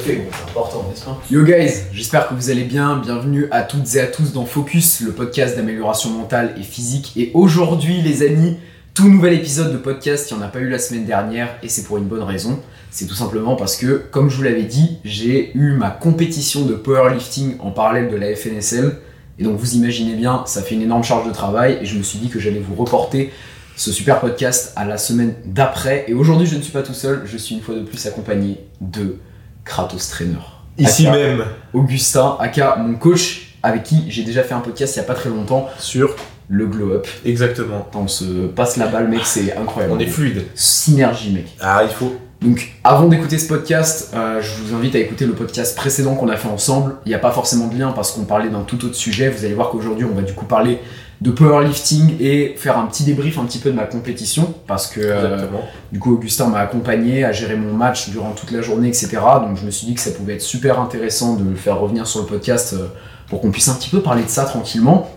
fait, bon, c'est important, n'est-ce pas? Yo guys, j'espère que vous allez bien, bienvenue à toutes et à tous dans Focus, le podcast d'amélioration mentale et physique. Et aujourd'hui les amis, tout nouvel épisode de podcast, il n'y en a pas eu la semaine dernière et c'est pour une bonne raison. C'est tout simplement parce que, comme je vous l'avais dit, j'ai eu ma compétition de powerlifting en parallèle de la FNSL. Et donc vous imaginez bien, ça fait une énorme charge de travail et je me suis dit que j'allais vous reporter ce super podcast à la semaine d'après. Et aujourd'hui, je ne suis pas tout seul, je suis une fois de plus accompagné de Kratos Trainer. Ici aka même. Augustin, aka mon coach, avec qui j'ai déjà fait un podcast il n'y a pas très longtemps. Sur le Glow Up. Exactement. Attends, on se passe la balle, mec, c'est incroyable. On est fluide. Synergie, mec. Ah, il faut. Donc, avant d'écouter ce podcast, je vous invite à écouter le podcast précédent qu'on a fait ensemble. Il n'y a pas forcément de lien parce qu'on parlait d'un tout autre sujet. Vous allez voir qu'aujourd'hui, on va du coup parler de powerlifting et faire un petit débrief un petit peu de ma compétition parce que du coup Augustin m'a accompagné à gérer mon match durant toute la journée, etc. Donc je me suis dit que ça pouvait être super intéressant de le faire revenir sur le podcast pour qu'on puisse un petit peu parler de ça tranquillement.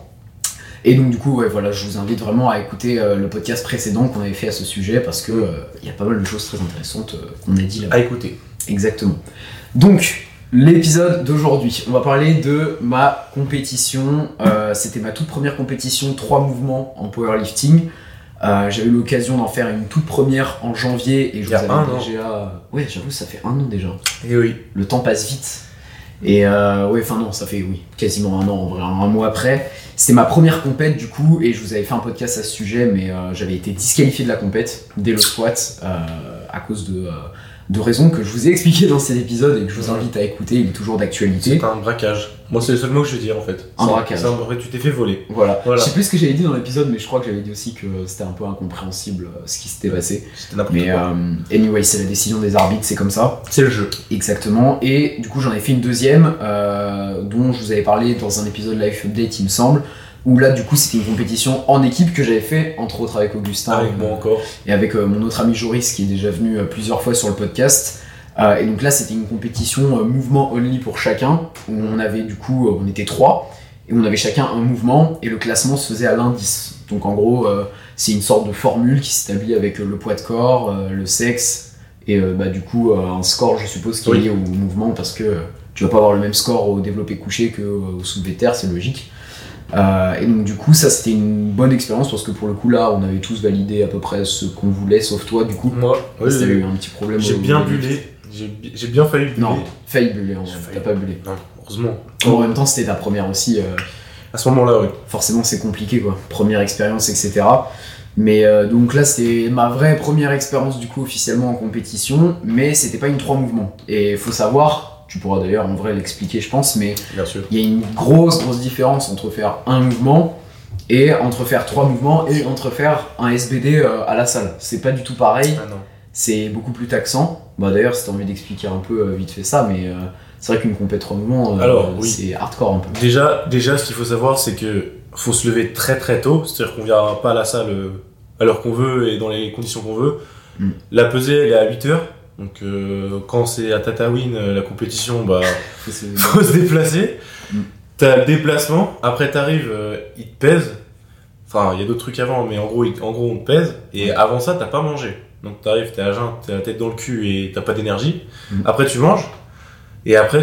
Et donc du coup, ouais, voilà, je vous invite vraiment à écouter le podcast précédent qu'on avait fait à ce sujet parce que y a pas mal de choses très intéressantes qu'on a dit là. À écouter. Exactement. Donc, l'épisode d'aujourd'hui, on va parler de ma compétition. C'était ma toute première compétition, 3 mouvements en powerlifting. J'avais eu l'occasion d'en faire une toute première en janvier et je vous avais déjà... Ouais, j'avoue, ça fait 1 an déjà. Et oui. Le temps passe vite. Et ouais, enfin non, ça fait quasiment 1 an en vrai, 1 mois après. C'était ma première compète du coup et je vous avais fait un podcast à ce sujet, mais j'avais été disqualifié de la compète dès le squat à cause de raisons que je vous ai expliquées dans cet épisode et que je vous invite à écouter, il est toujours d'actualité. C'est un braquage. Moi, c'est le seul mot que je vais dire en fait. Un braquage. En vrai, tu t'es fait voler. Voilà. Je sais plus ce que j'avais dit dans l'épisode, mais je crois que j'avais dit aussi que c'était un peu incompréhensible ce qui s'était passé. C'était n'importe quoi. Anyway, c'est la décision des arbitres, c'est comme ça. C'est le jeu. Exactement. Et du coup, j'en ai fait une deuxième dont je vous avais parlé dans un épisode Life Update, il me semble. Où là, du coup, c'était une compétition en équipe que j'avais fait, entre autres avec Augustin. Avec moi encore. Et avec mon autre ami Joris qui est déjà venu plusieurs fois sur le podcast. Et donc là, c'était une compétition mouvement only pour chacun. Où on avait du coup, on était 3. Et on avait chacun un mouvement. Et le classement se faisait à l'indice. Donc en gros, c'est une sorte de formule qui s'établit avec le poids de corps, le sexe. Et du coup, un score, je suppose, qui est lié au mouvement. Parce que tu vas pas avoir le même score au développé couché qu'au soulevé de terre, c'est logique. Et donc du coup ça c'était une bonne expérience parce que pour le coup là on avait tous validé à peu près ce qu'on voulait sauf toi du coup. Moi t'avais eu un petit problème. J'ai bien bullé, j'ai bien failli buller. Non, failli buller en vrai, t'as pas bullé. Non, heureusement. En même temps c'était ta première aussi. À ce moment-là, oui. Forcément c'est compliqué quoi, première expérience etc. Mais donc là c'était ma vraie première expérience du coup officiellement en compétition, mais c'était pas une 3 mouvements. Et faut savoir, tu pourras d'ailleurs en vrai l'expliquer je pense, mais il y a une grosse différence entre faire un mouvement et entre faire 3 mouvements et entre faire un SBD à la salle. C'est pas du tout pareil, c'est beaucoup plus taxant. Bah d'ailleurs si t'as envie d'expliquer un peu vite fait ça, mais c'est vrai qu'une compète 3 mouvements c'est hardcore un peu. Déjà ce qu'il faut savoir c'est que faut se lever très très tôt, c'est-à-dire qu'on vient pas à la salle à l'heure qu'on veut et dans les conditions qu'on veut. La pesée elle est à 8h. Donc quand c'est à Tataouine la compétition, bah faut se déplacer. T'as le déplacement, après t'arrives, ils te pèsent. Enfin il y a d'autres trucs avant, mais en gros on te pèse. Et avant ça t'as pas mangé. Donc t'arrives, t'es à jeun, t'as la tête dans le cul et t'as pas d'énergie. Après tu manges. Et après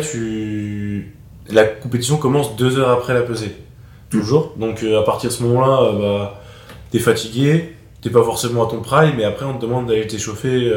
la compétition commence 2 heures après la pesée. Toujours. Donc à partir de ce moment-là, t'es fatigué. T'es pas forcément à ton prime, mais après on te demande d'aller t'échauffer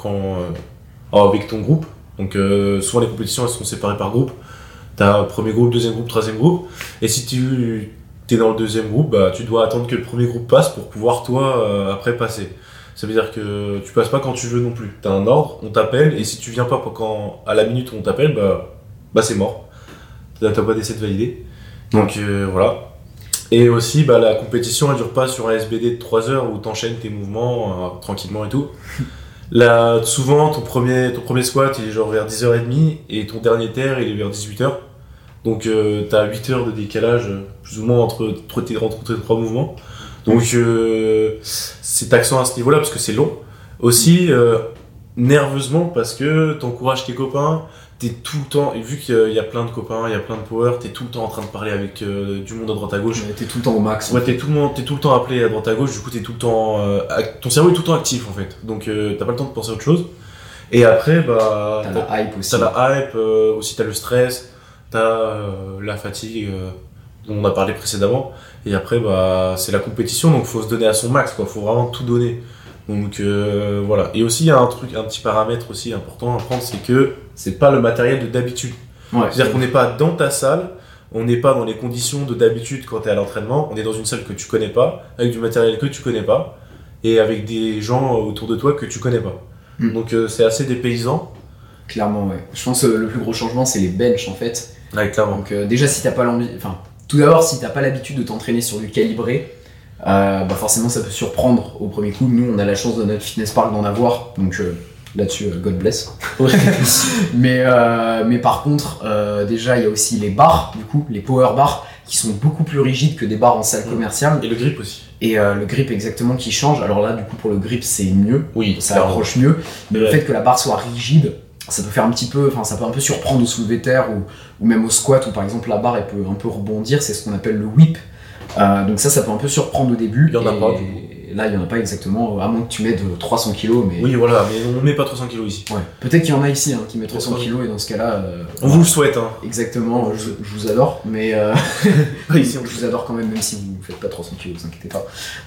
avec ton groupe. Donc souvent les compétitions elles sont séparées par groupe. T'as premier groupe, deuxième groupe, troisième groupe. Et si t'es dans le deuxième groupe, tu dois attendre que le premier groupe passe pour pouvoir toi après passer. Ça veut dire que tu passes pas quand tu veux non plus. T'as un ordre, on t'appelle, et si tu viens pas à la minute où on t'appelle, c'est mort. T'as pas d'essai de valider. Donc voilà. Et aussi, la compétition, elle dure pas sur un SBD de 3 heures où t'enchaînes tes mouvements tranquillement et tout. Là, souvent, ton premier squat, il est genre vers 10h30 et ton dernier terre, il est vers 18h. Donc, t'as 8 heures de décalage, plus ou moins, entre tes 3 mouvements. Donc, c'est taxant à ce niveau-là parce que c'est long. Aussi, nerveusement, parce que t'encourages tes copains. T'es tout le temps, et vu qu'il y a plein de copains, il y a plein de power, t'es tout le temps en train de parler avec du monde à droite à gauche. T'es tout le temps au max. Ouais, t'es tout le temps appelé à droite à gauche, du coup t'es tout le temps... ton cerveau est tout le temps actif en fait, donc t'as pas le temps de penser à autre chose. Et après, T'as la hype aussi. T'as la hype, aussi t'as le stress, t'as la fatigue dont on a parlé précédemment. Et après, c'est la compétition, donc faut se donner à son max, quoi. Faut vraiment tout donner. Donc voilà. Et aussi, il y a un petit paramètre aussi important à prendre, c'est que c'est pas le matériel de d'habitude. Ouais. C'est-à-dire qu'on n'est pas dans ta salle, on n'est pas dans les conditions de d'habitude quand t'es à l'entraînement, on est dans une salle que tu connais pas, avec du matériel que tu connais pas, et avec des gens autour de toi que tu connais pas. Donc c'est assez dépaysant. Clairement, ouais. Je pense que le plus gros changement, c'est les benches, en fait. Ouais, clairement. Donc déjà, si t'as pas tout d'abord, si t'as pas l'habitude de t'entraîner sur du calibré, forcément, ça peut surprendre au premier coup. Nous, on a la chance de notre fitness park d'en avoir, donc là-dessus, God bless. mais par contre, déjà, il y a aussi les barres, du coup, les power bars, qui sont beaucoup plus rigides que des barres en salle commerciale. Et le grip aussi. Et le grip exactement qui change. Alors là, du coup, pour le grip, c'est mieux. Oui, ça approche mieux. Mais le fait que la barre soit rigide, ça peut faire ça peut un peu surprendre au soulevé de terre ou même au squat où par exemple la barre elle peut un peu rebondir. C'est ce qu'on appelle le whip. Donc ça peut un peu surprendre au début. Il y en a pas. Là, il y en a pas exactement, à moins que tu mettes 300 kg. Mais... Oui, voilà, mais on met pas 300 kg ici. Ouais. Peut-être qu'il y en a ici qui met 300 kg et dans ce cas-là. On vous le souhaite. Hein. Exactement, je vous adore, mais ici, je vous adore quand même si vous faites pas 300 kg, vous inquiétez pas.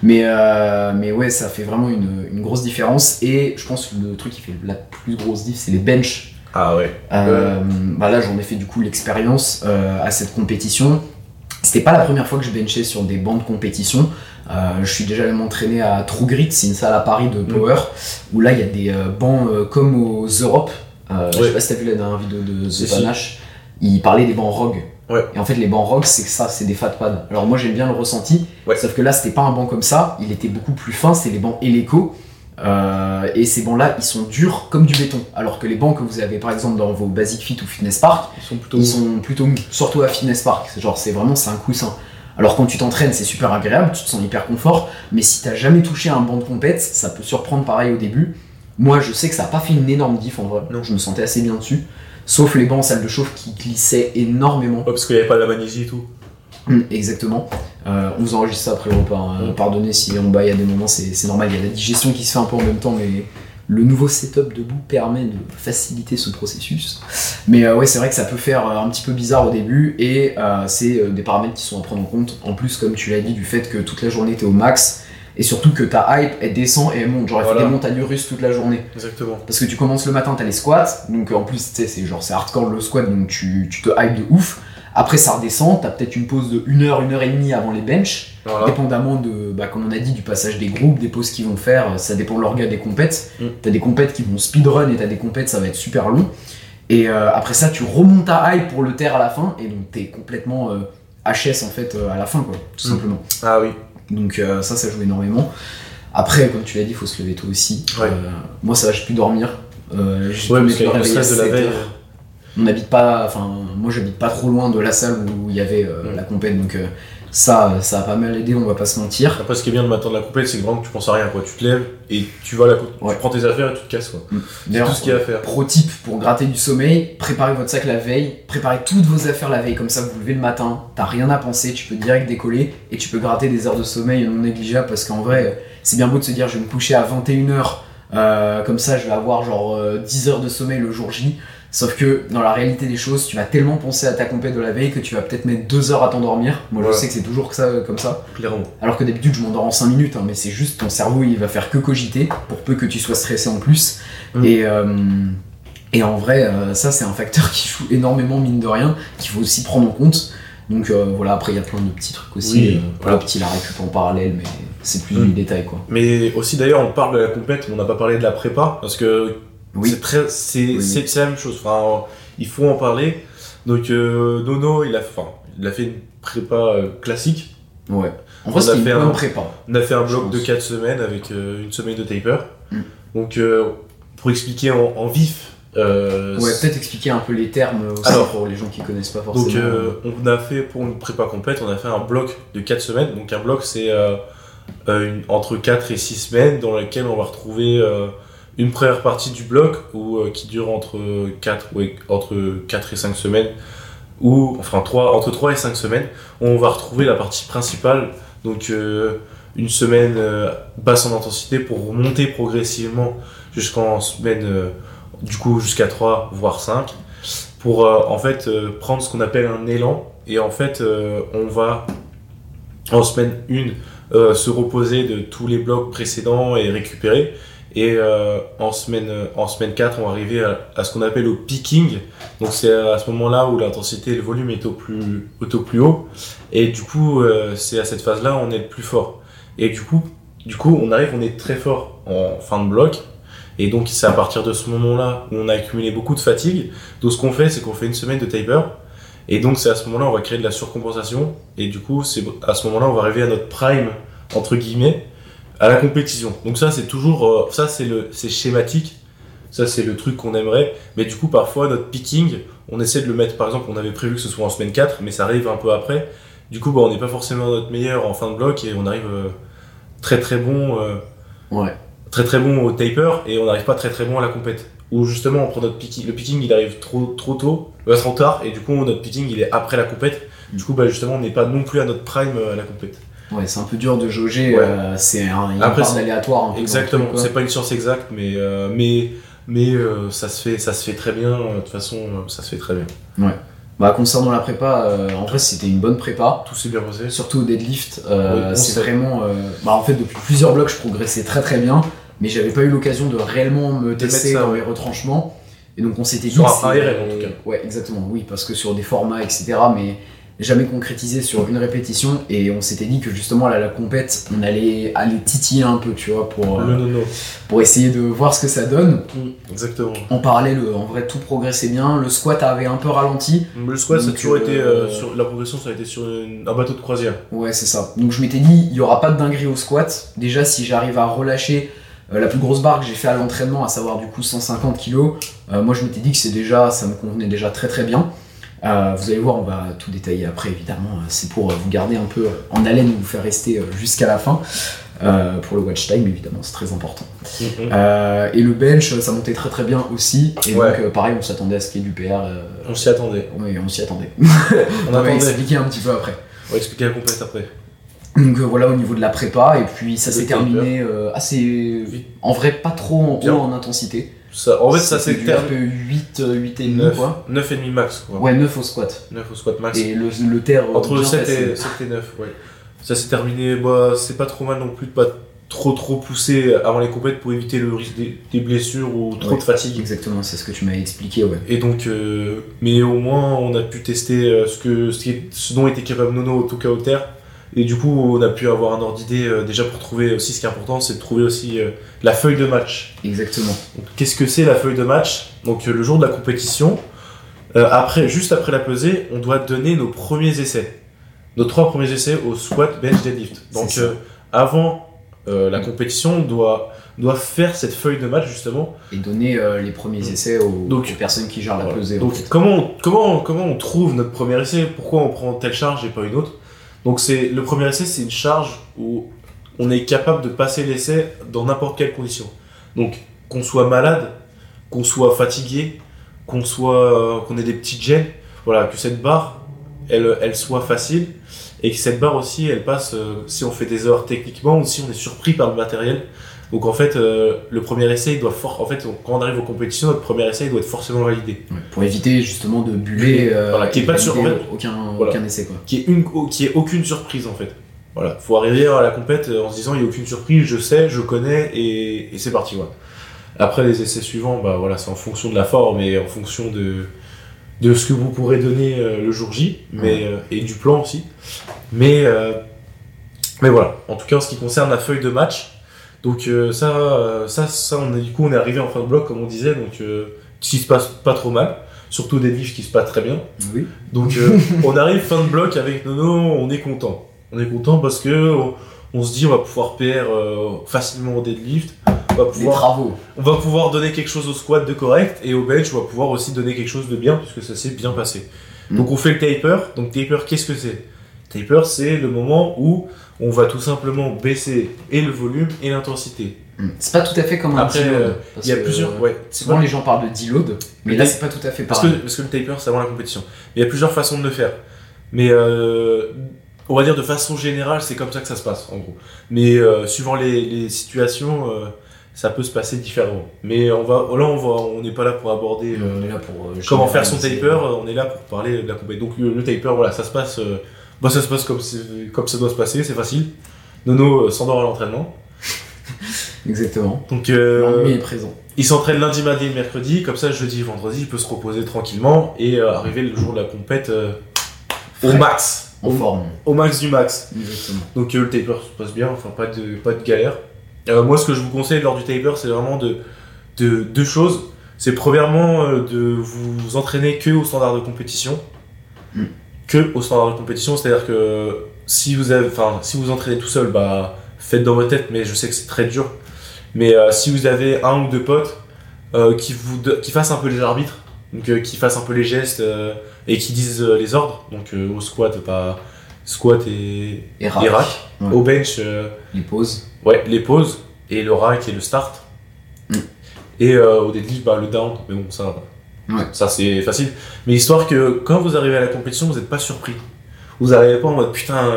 Mais ouais, ça fait vraiment une grosse différence. Et je pense que le truc qui fait la plus grosse diff, c'est les benches. Ah ouais. Là, j'en ai fait du coup l'expérience à cette compétition. C'était pas la première fois que je benchais sur des bancs de compétition. Je suis déjà allé m'entraîner à True Grit, c'est une salle à Paris de Power, où là il y a des bancs comme aux Europe. Je sais pas si t'as vu la dernière vidéo de The Panache, il parlait des bancs Rogue. Ouais. Et en fait, les bancs Rogue, c'est des fat pads. Alors moi j'aime bien le ressenti, sauf que là c'était pas un banc comme ça, il était beaucoup plus fin, c'est les bancs Eleco. Et ces bancs-là, ils sont durs comme du béton. Alors que les bancs que vous avez par exemple dans vos Basic Fit ou Fitness Park, ils sont plutôt mous. Surtout à Fitness Park, c'est un coussin. Alors quand tu t'entraînes, c'est super agréable, tu te sens hyper confort. Mais si t'as jamais touché un banc de compète, ça peut surprendre pareil au début. Moi, je sais que ça a pas fait une énorme diff en vrai. Non, je me sentais assez bien dessus. Sauf les bancs en salle de chauffe qui glissaient énormément. Ouais, parce qu'il n'y avait pas de la magnésie et tout. Exactement. On vous enregistre ça après le repas. Pardonnez si on baille à des moments, c'est normal. Il y a la digestion qui se fait un peu en même temps, mais le nouveau setup debout permet de faciliter ce processus. Mais ouais, c'est vrai que ça peut faire un petit peu bizarre au début, et c'est des paramètres qui sont à prendre en compte. En plus, comme tu l'as dit, du fait que toute la journée t'es au max, et surtout que ta hype elle descend et elle monte. Genre, elle fait des montagnes russes toute la journée. Exactement. Parce que tu commences le matin, t'as les squats, donc en plus, tu sais, c'est hardcore le squat, donc tu te hype de ouf. Après, ça redescend, t'as peut-être une pause de 1 heure, 1 heure et demie avant les benches, dépendamment de, comme on a dit, du passage des groupes, des pauses qu'ils vont faire, ça dépend de l'orga des compètes. T'as des compètes qui vont speedrun et t'as des compètes, ça va être super long. Et après ça, tu remontes ta hype pour le terre à la fin, et donc t'es complètement HS en fait à la fin, quoi, tout simplement. Ah oui. Donc ça joue énormément. Après, comme tu l'as dit, il faut se lever tôt aussi. Ouais. Moi, ça va, j'ai pu dormir. Parce qu'il y a le stress de la veille. Moi j'habite pas trop loin de la salle où il y avait la compète, donc ça a pas mal aidé, on va pas se mentir. Après, ce qui est bien le matin de la compète, c'est que vraiment tu penses à rien, quoi. Tu te lèves et tu vas tu prends tes affaires et tu te casses, quoi. C'est tout ce qu'il y a à faire. Pro tip pour gratter du sommeil, préparez votre sac la veille, préparez toutes vos affaires la veille, comme ça vous vous levez le matin, t'as rien à penser, tu peux direct décoller et tu peux gratter des heures de sommeil non négligeables, parce qu'en vrai c'est bien beau de se dire je vais me coucher à 21h, comme ça je vais avoir genre 10 heures de sommeil le jour J. Sauf que dans la réalité des choses, tu vas tellement penser à ta compète de la veille que tu vas peut-être mettre 2 heures à t'endormir. Moi je sais que c'est toujours comme ça. Clairement. Alors que d'habitude je m'endors en 5 minutes, mais c'est juste ton cerveau il va faire que cogiter pour peu que tu sois stressé en plus. Et en vrai, ça c'est un facteur qui joue énormément mine de rien, qu'il faut aussi prendre en compte. Donc voilà, après il y a plein de petits trucs aussi. Petit la récup en parallèle, mais c'est plus du détail, quoi. Mais aussi d'ailleurs on parle de la compète, mais on n'a pas parlé de la prépa, parce que c'est la même chose, enfin, il faut en parler. Donc Nono il a fait une prépa classique. Ouais. En vrai c'était une bonne prépa. On a fait un bloc de 4 semaines avec une semaine de taper. Donc pour expliquer en vif. Peut-être expliquer un peu les termes aussi pour les gens qui connaissent pas forcément. Donc on a fait, pour une prépa complète, on a fait un bloc de 4 semaines. Donc un bloc c'est entre 4 et 6 semaines dans laquelle on va retrouver une première partie du bloc qui dure entre 4 et 5 semaines, ou enfin entre 3 et 5 semaines, où on va retrouver la partie principale, donc une semaine basse en intensité pour monter progressivement jusqu'en semaine du coup jusqu'à 3 voire 5 pour en fait prendre ce qu'on appelle un élan et en fait on va en semaine 1 se reposer de tous les blocs précédents et récupérer et en semaine 4 on va arriver à ce qu'on appelle au peaking, donc c'est à ce moment là où l'intensité et le volume est au plus haut et du coup c'est à cette phase là où on est le plus fort et du coup on est très fort en fin de bloc. Et donc c'est à partir de ce moment-là où on a accumulé beaucoup de fatigue. Donc ce qu'on fait, c'est qu'on fait une semaine de taper. Et donc c'est à ce moment-là où on va créer de la surcompensation. Et du coup, c'est à ce moment-là où on va arriver à notre prime, entre guillemets, à la compétition. Donc ça c'est toujours, c'est schématique. Ça c'est le truc qu'on aimerait. Mais du coup parfois notre picking, on essaie de le mettre, par exemple, on avait prévu que ce soit en semaine 4, mais ça arrive un peu après. Du coup on n'est pas forcément notre meilleur en fin de bloc et on arrive très très bon. Ouais. Très très bon au taper et on n'arrive pas très très bon à la compète. Ou justement on prend notre picking, le picking il arrive trop tard et du coup notre picking il est après la compète. Du coup justement on n'est pas non plus à notre prime à la compète. Ouais, c'est un peu dur de jauger, ouais. Il y a une part d'aléatoire. Exactement, c'est pas une science exacte mais ça se fait très bien, de toute façon ça se fait très bien. Ouais. Bah, concernant la prépa, en vrai c'était une bonne prépa. Tout s'est bien passé. Surtout au deadlift, c'est vraiment... en fait depuis plusieurs blocs je progressais très très bien, mais j'avais pas eu l'occasion de réellement me tester dans les retranchements. Et donc on s'était dit... Sur un IRL en tout cas. Ouais, exactement, oui, parce que sur des formats, etc. Mais jamais concrétisé sur une répétition. Et on s'était dit que justement à la compète, on allait titiller un peu, tu vois, pour essayer de voir ce que ça donne. Exactement. En parallèle, en vrai, tout progressait bien. Le squat avait un peu ralenti. Le squat, ça a toujours été... la progression, ça a été sur un bateau de croisière. Ouais, c'est ça. Donc je m'étais dit, il n'y aura pas de dinguerie au squat. Déjà, si j'arrive à relâcher la plus grosse barre que j'ai fait à l'entraînement, à savoir du coup 150 kg, moi je m'étais dit que ça me convenait déjà très très bien. Vous allez voir, on va tout détailler après évidemment, c'est pour vous garder un peu en haleine et vous faire rester jusqu'à la fin. Pour le watch time évidemment, c'est très important. Et le bench, ça montait très très bien aussi. Et donc pareil, on s'attendait à ce qu'il y ait du PR. On s'y attendait. Oui, on s'y attendait. On va expliquer un petit peu après. On va expliquer la compète après. Donc voilà au niveau de la prépa, et puis ça s'est terminé assez vite. En vrai, pas trop en haut en intensité. En fait, ça s'est terminé 8 et 9, quoi. 9,5 max quoi. Ouais, 9 au squat. 9 au squat max. Et le terre entre 7 et 9, ouais. Ça s'est terminé, c'est pas trop mal non plus de pas trop pousser avant les compètes pour éviter le risque des blessures ou trop de fatigue. Exactement, c'est ce que tu m'avais expliqué, ouais. Et donc, mais au moins on a pu tester ce dont était capable Nono au tout cas au terre. Et du coup, on a pu avoir un ordre d'idée déjà pour trouver aussi ce qui est important, c'est de trouver aussi la feuille de match. Exactement. Donc, qu'est-ce que c'est la feuille de match ? Donc le jour de la compétition, juste après la pesée, on doit donner nos premiers essais. Nos 3 premiers essais au squat, bench, deadlift. Donc avant la compétition, on doit faire cette feuille de match justement. Et donner les premiers essais aux personnes qui gèrent la pesée. Donc comment on trouve notre premier essai ? Pourquoi on prend telle charge et pas une autre ? Donc le premier essai, c'est une charge où on est capable de passer l'essai dans n'importe quelle condition. Donc qu'on soit malade, qu'on soit fatigué, qu'on ait des petites gênes, voilà, que cette barre, elle soit facile et que cette barre aussi, elle passe si on fait des erreurs techniquement ou si on est surpris par le matériel. Donc en fait, le premier essai, quand on arrive aux compétitions, notre premier essai il doit être forcément validé. Ouais, pour éviter justement de buller, qu'il n'y ait pas aucun essai quoi. Qu'il y ait aucune surprise en fait. Voilà, faut arriver à la compète en se disant il n'y a aucune surprise, je sais, je connais et c'est parti. Voilà. Après les essais suivants, c'est en fonction de la forme et en fonction de ce que vous pourrez donner le jour J, et du plan aussi. Mais voilà, en tout cas en ce qui concerne la feuille de match. Donc on est arrivé en fin de bloc comme on disait, donc qui se passe pas trop mal, surtout des livres qui se passent très bien. Oui. Donc on arrive fin de bloc avec Nono, on est content parce que on se dit on va pouvoir PR facilement au deadlift, on va pouvoir donner quelque chose au squat de correct et au bench on va pouvoir aussi donner quelque chose de bien puisque ça s'est bien passé. Donc on fait le taper. Donc taper, qu'est-ce que c'est ? Taper, c'est le moment où on va tout simplement baisser et le volume et l'intensité. C'est pas tout à fait comme un deload. Il y a plusieurs. Souvent les gens parlent de deload, mais là c'est pas tout à fait pareil. Parce que le taper c'est avant la compétition. Mais il y a plusieurs façons de le faire. Mais on va dire de façon générale, c'est comme ça que ça se passe en gros. Mais suivant les situations, ça peut se passer différemment. Mais on n'est pas là pour aborder On est là pour comment faire son taper, on est là pour parler de la compétition. Donc le taper, voilà, ça se passe comme ça doit se passer, c'est facile. Nono s'endort à l'entraînement. Exactement. Donc l'ennui est présent. il s'entraîne lundi, mardi et mercredi, comme ça jeudi et vendredi, il peut se reposer tranquillement et arriver le jour de la compète au max. En forme. Au max du max. Exactement. Donc le taper se passe bien, enfin pas de galère. Moi ce que je vous conseille lors du taper, c'est vraiment de deux choses. C'est premièrement de vous entraîner que au standard de compétition. Que au standard de compétition, c'est-à-dire que si vous entraînez tout seul, bah faites dans votre tête, mais je sais que c'est très dur. Mais si vous avez un ou deux potes qui fassent un peu les arbitres, donc qui fassent un peu les gestes et qui disent les ordres, donc au squat, squat et rack. Ouais. Au bench, Les pauses. ouais, les pauses et le rack et le start. Et au deadlift, bah, le down, mais bon, ça c'est facile. Mais histoire que quand vous arrivez à la compétition, vous n'êtes pas surpris. Vous n'arrivez pas en mode putain,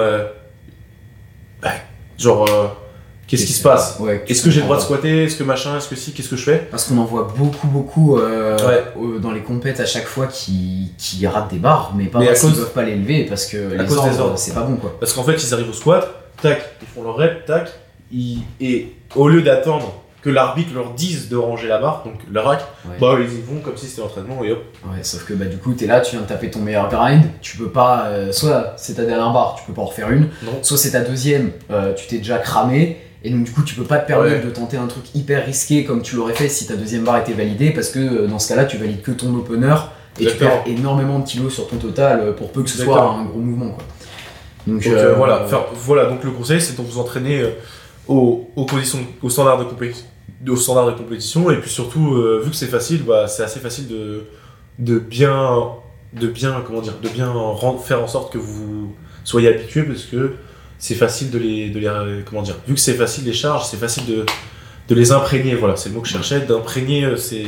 qu'est-ce qui se passe? Ouais, Est-ce que j'ai le droit de squatter? Est-ce que machin? Est-ce que si? Qu'est-ce que je fais? Parce qu'on en voit beaucoup dans les compètes à chaque fois qui ratent des barres, mais pas parce qu'ils peuvent pas les lever, parce que les ordres, c'est pas bon quoi. Parce qu'en fait, ils arrivent au squat, tac, ils font leur rep, tac, et au lieu d'attendre que l'arbitre leur dise de ranger la barre, donc le rack, bah ils y vont comme si c'était l'entraînement et hop. Ouais, sauf que bah du coup t'es là, tu viens de taper ton meilleur grind, tu peux pas, soit c'est ta dernière barre, tu peux pas en refaire une, soit c'est ta deuxième, tu t'es déjà cramé, et donc du coup tu peux pas te permettre de tenter un truc hyper risqué comme tu l'aurais fait si ta deuxième barre était validée, parce que dans ce cas là tu valides que ton opener, et tu perds énormément de kilos sur ton total pour peu que ce soit un gros mouvement quoi. Donc voilà, donc le conseil c'est de vous entraîner au standard de compétition, et puis surtout vu que c'est facile, bah, c'est assez facile de bien faire en sorte que vous soyez habitués, parce que c'est facile de les vu que c'est facile les charges, c'est facile de les imprégner, voilà, c'est le mot que je cherchais, d'imprégner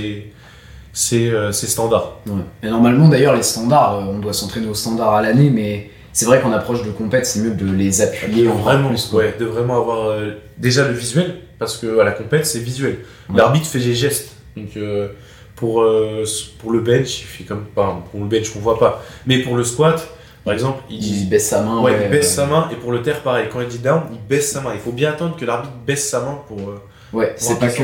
ces standards. Ouais. Et normalement d'ailleurs les standards, on doit s'entraîner aux standards à l'année, mais c'est vrai qu'en approche de compète, c'est mieux de les appuyer vraiment plus, de vraiment avoir déjà le visuel, parce que à la compète c'est visuel. L'arbitre fait des gestes, donc pour le bench il fait comme pour le bench on voit pas, mais pour le squat par exemple il baisse sa main. Il baisse sa main, et pour le terre pareil, quand il dit down il baisse sa main. Il faut bien attendre que l'arbitre baisse sa main pour c'est pas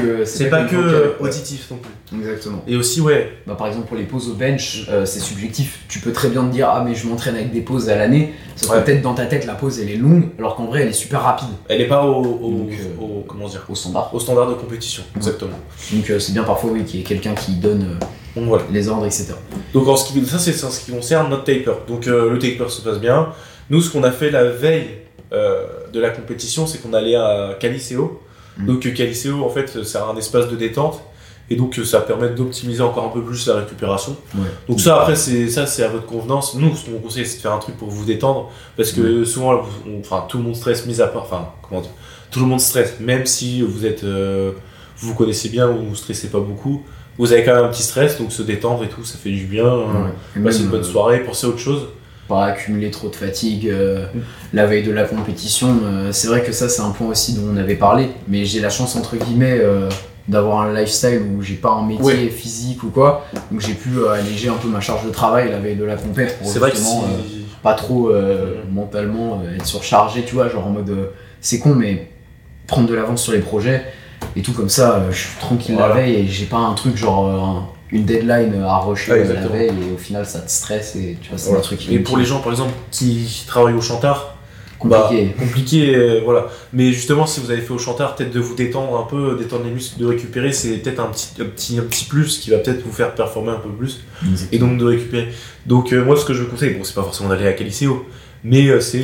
que auditif non plus. Exactement. Et aussi bah, par exemple pour les pauses au bench, c'est subjectif. Tu peux très bien te dire ah mais je m'entraîne avec des pauses à l'année, sauf que peut-être dans ta tête la pause elle est longue, alors qu'en vrai elle est super rapide. Elle est pas au standard de compétition. Exactement. Donc c'est bien parfois qu'il y ait quelqu'un qui donne les ordres, etc. Donc ça c'est en ce qui concerne notre taper. Donc le taper se passe bien. Nous ce qu'on a fait la veille de la compétition, c'est qu'on allait à Caliceo. Donc Caliceo en fait c'est un espace de détente, et donc ça permet d'optimiser encore un peu plus la récupération. Donc ça après c'est à votre convenance. Nous ce qu'on vous conseille c'est de faire un truc pour vous détendre, parce que souvent tout le monde stresse, tout le monde stresse, même si vous êtes vous connaissez bien ou vous stressez pas beaucoup, vous avez quand même un petit stress, donc se détendre et tout ça fait du bien. Passer une bonne soirée, penser à autre chose. Pas accumuler trop de fatigue la veille de la compétition. C'est vrai que ça c'est un point aussi dont on avait parlé, mais j'ai la chance entre guillemets d'avoir un lifestyle où j'ai pas un métier physique ou quoi, donc j'ai pu alléger un peu ma charge de travail la veille de la compète pour justement pas trop mentalement être surchargé, tu vois, genre en mode c'est con mais prendre de l'avance sur les projets et tout, comme ça je suis tranquille la veille et j'ai pas un truc genre une deadline à rusher la veille, et au final ça te stresse, et tu vois c'est un truc. Et pour les gens par exemple qui travaillent au Chantard, compliqué, voilà. Mais justement si vous avez fait au Chantard, peut-être de vous détendre un peu, détendre les muscles, de récupérer, c'est peut-être un petit plus qui va peut-être vous faire performer un peu plus. Exactement. Et donc de récupérer. Donc moi ce que je vous conseille, c'est pas forcément d'aller à Caliceo, mais c'est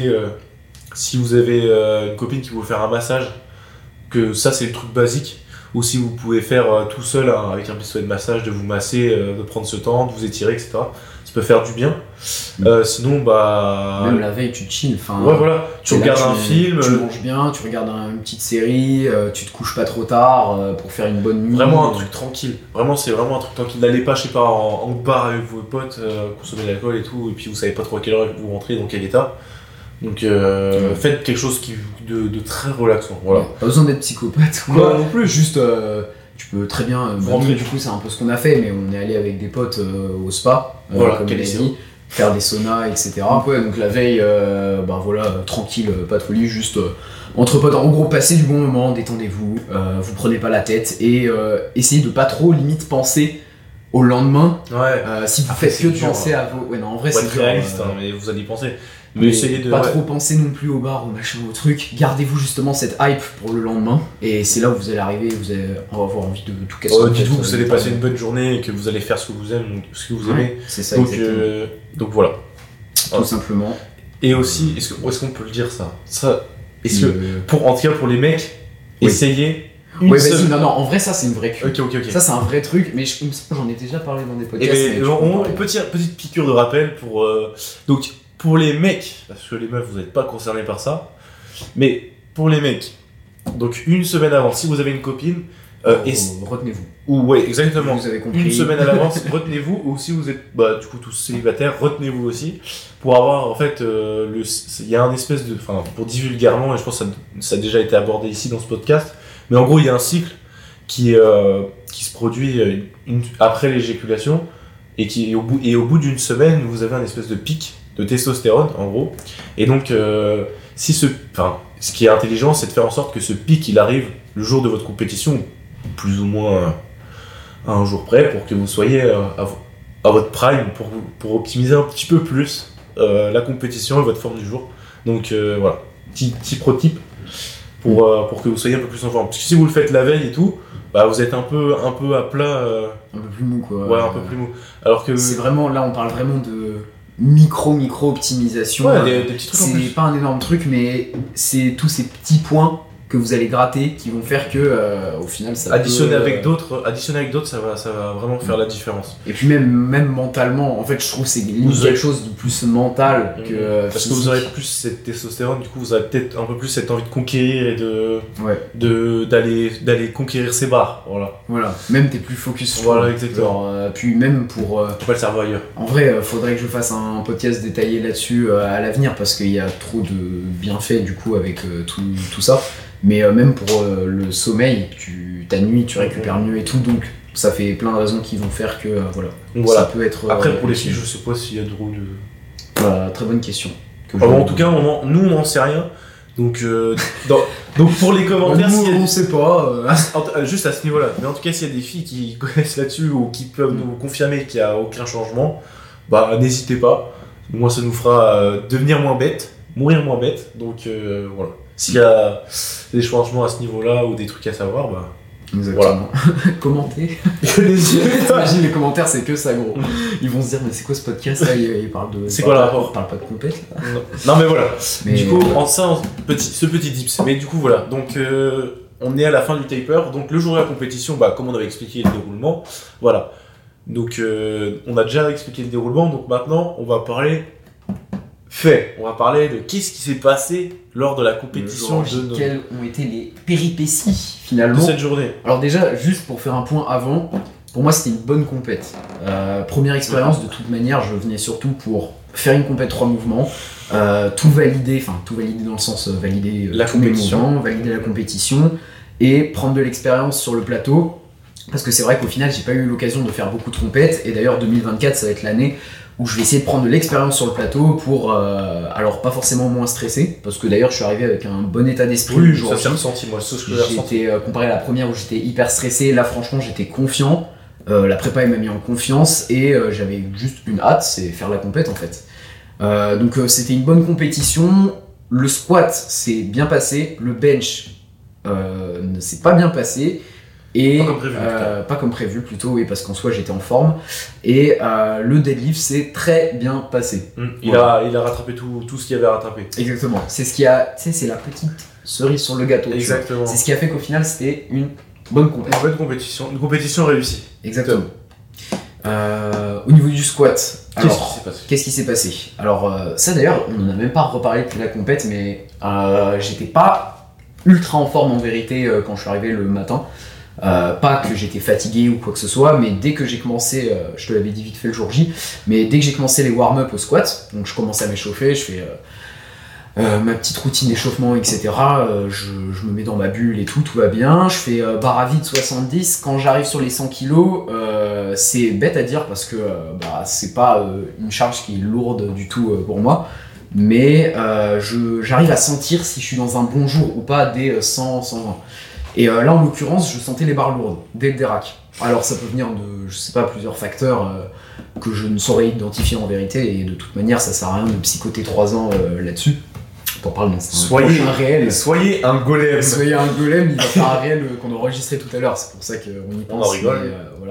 si vous avez une copine qui veut vous faire un massage, que ça c'est le truc basique, ou si vous pouvez faire tout seul avec un pistolet de massage, de vous masser, de prendre ce temps, de vous étirer, etc. Ça peut faire du bien. Sinon, même la veille, tu chill. Tu regardes un film. Tu manges bien, tu regardes une petite série, tu te couches pas trop tard pour faire une bonne nuit. Vraiment un truc tranquille. C'est vraiment un truc tranquille. N'allez pas, je sais pas, en bar avec vos potes, consommer de l'alcool et tout, et puis vous savez pas trop à quelle heure vous rentrez, dans quel état. Donc faites quelque chose de très relaxant. Voilà. Ouais, pas besoin d'être psychopathe Non, non plus. Juste tu peux très bien rentrer, du coup c'est un peu ce qu'on a fait, mais on est allé avec des potes au spa, Voilà, comme quel il a est dit, faire des saunas, etc. Ouais, donc la veille, tranquille, pas de folie, juste entre potes, en gros passez du bon moment, détendez-vous, vous prenez pas la tête et essayez de pas trop limite penser au lendemain. Ouais. Si vous Après, faites que de dur, penser à vos... Ouais, non, en vrai Faut c'est être dur, réaliste, mais vous allez y penser. Mais mais essayez de pas trop penser non plus au bar, au machin, au truc. Gardez-vous justement cette hype pour le lendemain. Et c'est là où vous allez arriver, vous allez avoir envie de tout casser. dites-vous que vous allez passer une bonne journée et que vous allez faire ce que vous aimez, ce que vous aimez. C'est ça, Donc, exactement. donc voilà. Tout simplement. Et aussi, est-ce qu'on peut le dire ça est-ce que, Le- en tout cas pour les mecs, Oui. essayez Ouais, vas-y, non, en vrai, ça c'est une vraie cul. Ok. Ça c'est un vrai truc, mais j'en ai déjà parlé dans des podcasts. mais tu peux en parler. Petite piqûre de rappel pour. Donc, pour les mecs, parce que les meufs vous n'êtes pas concernés par ça, mais pour les mecs, donc une semaine avant, si vous avez une copine, Retenez-vous. ouais, exactement. Vous avez compris. Une semaine à l'avance, retenez-vous, ou si vous êtes du coup tous célibataires, retenez-vous aussi, pour avoir en fait, il y a un espèce de, enfin pour dire vulgairement, et je pense que ça a déjà été abordé ici dans ce podcast, mais en gros il y a un cycle qui se produit après l'éjaculation, et au bout d'une semaine, vous avez un espèce de pic de testostérone en gros, et donc ce qui est intelligent, c'est de faire en sorte que ce pic il arrive le jour de votre compétition, plus ou moins à un jour près, pour que vous soyez à votre prime, pour optimiser un petit peu plus la compétition et votre forme du jour. Donc voilà, petit pro tip pour que vous soyez un peu plus en forme. Parce que si vous le faites la veille et tout, vous êtes un peu à plat. Un peu plus mou quoi. Ouais, un peu plus mou. Alors que c'est vraiment, là on parle vraiment de micro optimisation. Ouais, des petits trucs en plus. C'est pas un énorme truc, mais c'est tous ces petits points que vous allez gratter qui vont faire que au final ça additionner peut, avec d'autres, ça va vraiment faire la différence. Et puis même mentalement, en fait je trouve que c'est limite quelque chose de plus mental que parce physique. que vous aurez plus cette testostérone, du coup vous aurez peut-être un peu plus cette envie de conquérir et d'aller conquérir ses barres, voilà, même t'es plus focus sur voilà, exactement. puis même pour pas le cerveau ailleurs. en vrai faudrait que je fasse un podcast détaillé là-dessus à l'avenir parce qu'il y a trop de bienfaits du coup avec tout ça. Mais même pour le sommeil, ta nuit, tu récupères mieux et tout, donc ça fait plein de raisons qui vont faire que voilà. Ça peut être. Après, pour les filles, je sais pas s'il y a trop de. Voilà, très bonne question. En tout cas, nous on n'en sait rien. Donc, donc pour les commentaires, nous, on sait pas. Juste à ce niveau-là. Mais en tout cas, s'il y a des filles qui connaissent là-dessus ou qui peuvent nous confirmer qu'il n'y a aucun changement, n'hésitez pas. Moi, ça nous fera devenir moins bêtes, mourir moins bêtes. Donc voilà. S'il y a des changements à ce niveau-là ou des trucs à savoir, exactement. Voilà. Commentez. T'imagines les commentaires, c'est que ça, gros. Ils vont se dire, mais c'est quoi ce podcast là? Il parle de. C'est quoi le rapport? Il parle pas de compète là. Non, mais voilà. Mais du coup, ce petit dips. Mais du coup, voilà. Donc, on est à la fin du taper. Donc, le jour de la compétition, comme on avait expliqué le déroulement, voilà. Donc, on a déjà expliqué le déroulement. Donc, maintenant, on va parler. On va parler de qu'est-ce qui s'est passé lors de la compétition quelles ont été les péripéties finalement de cette journée. Alors déjà, juste pour faire un point avant, pour moi c'était une bonne compète. Première expérience, de toute manière, je venais surtout pour faire une compète 3 mouvements, tout valider dans le sens valider la tous mes compétition, mouvements, valider la compétition et prendre de l'expérience sur le plateau. Parce que c'est vrai qu'au final, j'ai pas eu l'occasion de faire beaucoup de compètes et d'ailleurs 2024, ça va être l'année où je vais essayer de prendre de l'expérience sur le plateau pour, alors pas forcément moins stressé, parce que d'ailleurs je suis arrivé avec un bon état d'esprit. Oui, ça s'est ressenti, moi, c'est ce que j'ai ressenti. J'étais, comparé à la première où j'étais hyper stressé, là franchement j'étais confiant, la prépa elle m'a mis en confiance et j'avais juste une hâte, c'est faire la compète en fait. Donc c'était une bonne compétition, le squat s'est bien passé, le bench ne s'est pas bien passé. Et pas comme prévu plutôt, oui, parce qu'en soi j'étais en forme. Et le deadlift s'est très bien passé. Il a rattrapé tout ce qu'il y avait à rattraper. Exactement. C'est ce qui a, c'est la petite cerise sur le gâteau. Exactement. C'est ce qui a fait qu'au final c'était une bonne compétition. Une bonne compétition, une compétition réussie. Exactement. Au niveau du squat, qu'est-ce qui s'est passé? Alors ça d'ailleurs, on n'en a même pas reparlé depuis la compète, mais j'étais pas ultra en forme en vérité quand je suis arrivé le matin. Pas que j'étais fatigué ou quoi que ce soit, mais dès que j'ai commencé, je te l'avais dit vite fait le jour J, mais dès que j'ai commencé les warm-up au squat, donc je commençais à m'échauffer, je fais ma petite routine d'échauffement, etc. Je me mets dans ma bulle et tout va bien. Je fais barre à vide 70. Quand j'arrive sur les 100 kilos, c'est bête à dire parce que c'est pas une charge qui est lourde du tout pour moi. Mais j'arrive à sentir si je suis dans un bon jour ou pas dès 100, 120. Et là, en l'occurrence, je sentais les barres lourdes dès le dérac. Alors ça peut venir de, je sais pas, plusieurs facteurs que je ne saurais identifier en vérité. Et de toute manière, ça sert à rien de psychoter 3 ans là-dessus. T'en parles dans un réel. Soyez un golem. Soyez un golem, il va faire un réel qu'on a enregistré tout à l'heure. C'est pour ça qu'on y pense. On en rigole. Mais,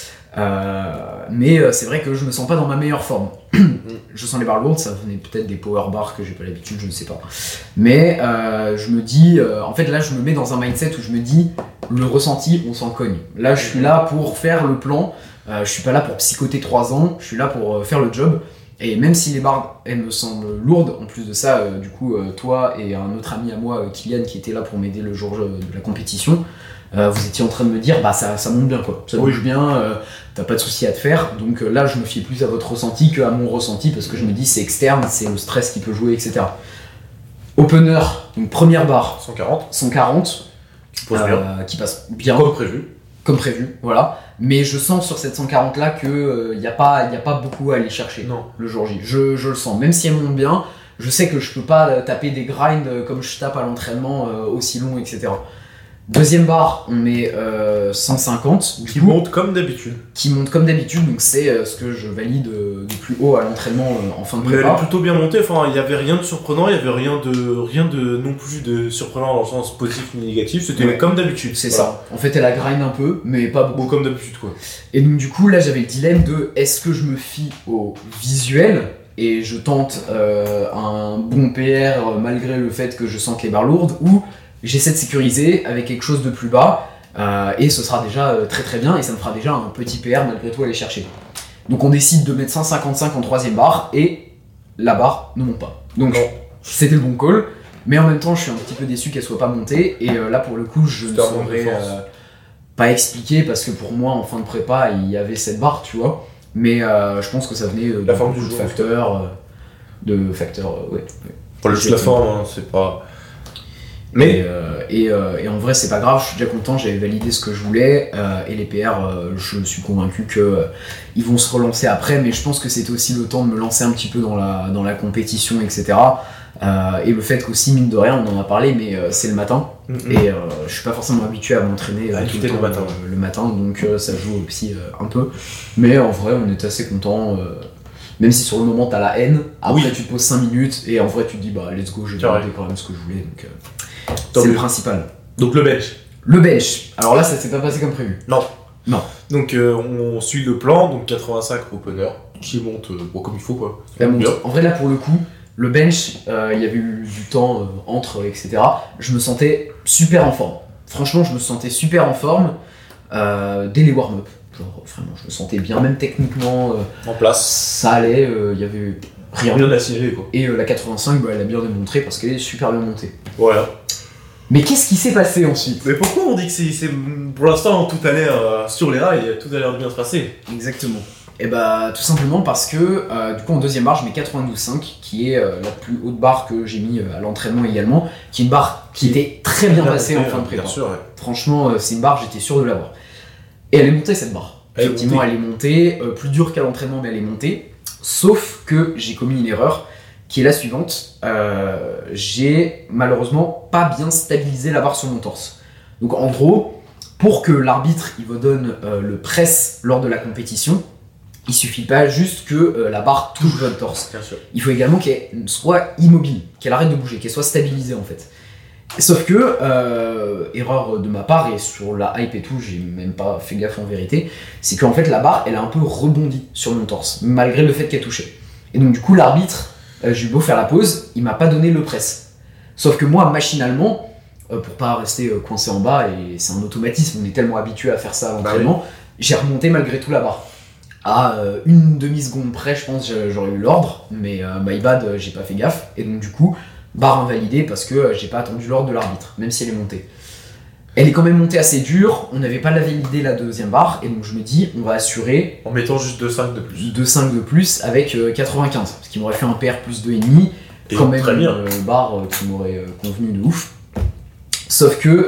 mais c'est vrai que je me sens pas dans ma meilleure forme. Je sens les barres lourdes, ça venait peut-être des power bars que j'ai pas l'habitude, je ne sais pas. Mais je me dis, en fait là je me mets dans un mindset où je me dis, le ressenti, on s'en cogne. Là je suis là pour faire le plan, je suis pas là pour psychoter 3 ans, je suis là pour faire le job. Et même si les barres, elles me semblent lourdes, en plus de ça, du coup, toi et un autre ami à moi, Kylian, qui était là pour m'aider le jour de la compétition, vous étiez en train de me dire, ça monte bien, quoi. Ça bouge bien, t'as pas de soucis à te faire. Donc là, je me fie plus à votre ressenti qu'à mon ressenti, parce que je me dis, c'est externe, c'est le stress qui peut jouer, etc. Opener, donc première barre. 140. Qui passe bien. Comme prévu, voilà. Mais je sens sur cette 140 là que y a pas beaucoup à aller chercher le jour J. Je le sens, même si elle monte bien, je sais que je peux pas taper des grinds comme je tape à l'entraînement aussi long, etc. Deuxième barre, on met 150. Qui monte comme d'habitude. Donc c'est ce que je valide du plus haut à l'entraînement en fin de prépa. Mais elle est plutôt bien montée, enfin il n'y avait rien de surprenant, il n'y avait rien de non plus de surprenant dans le sens positif ni négatif, c'était comme d'habitude. C'est ça. En fait elle a grind un peu, mais pas beaucoup. Comme d'habitude quoi. Et donc du coup là j'avais le dilemme de est-ce que je me fie au visuel et je tente un bon PR malgré le fait que je sente les barres lourdes, ou j'essaie de sécuriser avec quelque chose de plus bas et ce sera déjà très très bien et ça me fera déjà un petit PR malgré tout à aller chercher. Donc on décide de mettre 155 en troisième barre et la barre ne monte pas. Donc c'était le bon call, mais en même temps je suis un petit peu déçu qu'elle soit pas montée et là pour le coup je ne saurais pas expliquer parce que pour moi en fin de prépa il y avait cette barre, tu vois, mais je pense que ça venait de la forme du facteurs. Pour juste la forme, hein, c'est pas... Mais et en vrai c'est pas grave, je suis déjà content, j'avais validé ce que je voulais et les PR je suis convaincu que ils vont se relancer après, mais je pense que c'était aussi le temps de me lancer un petit peu dans la compétition, etc. Et le fait qu'aussi mine de rien on en a parlé, mais c'est le matin et je suis pas forcément habitué à m'entraîner tout le temps le matin, donc ça joue aussi un peu, mais en vrai on est assez content. Même si sur le moment t'as la haine, après tu te poses 5 minutes et en vrai tu te dis let's go, j'ai demandé quand même ce que je voulais, donc c'est le principal. Donc le bench. Le bench, alors là ça s'est pas passé comme prévu. Non. Donc on suit le plan, donc 85 opener, qui monte comme il faut quoi. En vrai là pour le coup, le bench, il y avait eu du temps entre, etc. Je me sentais super en forme. Franchement je me sentais super en forme dès les warm-up. Genre vraiment je me sentais bien, même techniquement en place. Ça allait, il y avait rien à signaler quoi. Et la 85 elle a bien démontré parce qu'elle est super bien montée. Voilà. Mais qu'est-ce qui s'est passé ensuite ? Mais pourquoi on dit que c'est pour l'instant tout a l'air sur les rails, tout a l'air de bien se passer ? Exactement. Et tout simplement parce que du coup en deuxième barre je mets 92,5 qui est la plus haute barre que j'ai mis à l'entraînement également, qui est une barre qui était très bien passée en fin de prépa. Bien sûr, ouais. Franchement c'est une barre, j'étais sûr de l'avoir. Et elle est montée cette barre. Effectivement elle est montée, plus dure qu'à l'entraînement mais elle est montée, sauf que j'ai commis une erreur qui est la suivante, j'ai malheureusement pas bien stabilisé la barre sur mon torse. Donc en gros, pour que l'arbitre il vous donne le press lors de la compétition, il suffit pas juste que la barre touche votre torse. Bien sûr. Il faut également qu'elle soit immobile, qu'elle arrête de bouger, qu'elle soit stabilisée en fait. Sauf que, erreur de ma part, et sur la hype et tout, j'ai même pas fait gaffe en vérité, c'est qu'en fait la barre elle a un peu rebondi sur mon torse, malgré le fait qu'elle touchait. Et donc du coup l'arbitre, j'ai eu beau faire la pause, il m'a pas donné le press. Sauf que moi, machinalement, pour pas rester coincé en bas, et c'est un automatisme, on est tellement habitué à faire ça à l'entraînement, j'ai remonté malgré tout la barre. À une demi-seconde près, je pense j'aurais eu l'ordre, mais my bad, j'ai pas fait gaffe, et donc du coup, barre invalidée parce que j'ai pas attendu l'ordre de l'arbitre, même si elle est montée. Elle est quand même montée assez dure, on n'avait pas validé la deuxième barre, et donc je me dis, on va assurer... En mettant juste 2,5 de plus. 2,5 de plus avec 95, ce qui m'aurait fait un PR plus 2,5. Et quand même très bien. une barre qui m'aurait convenu de ouf. Sauf que,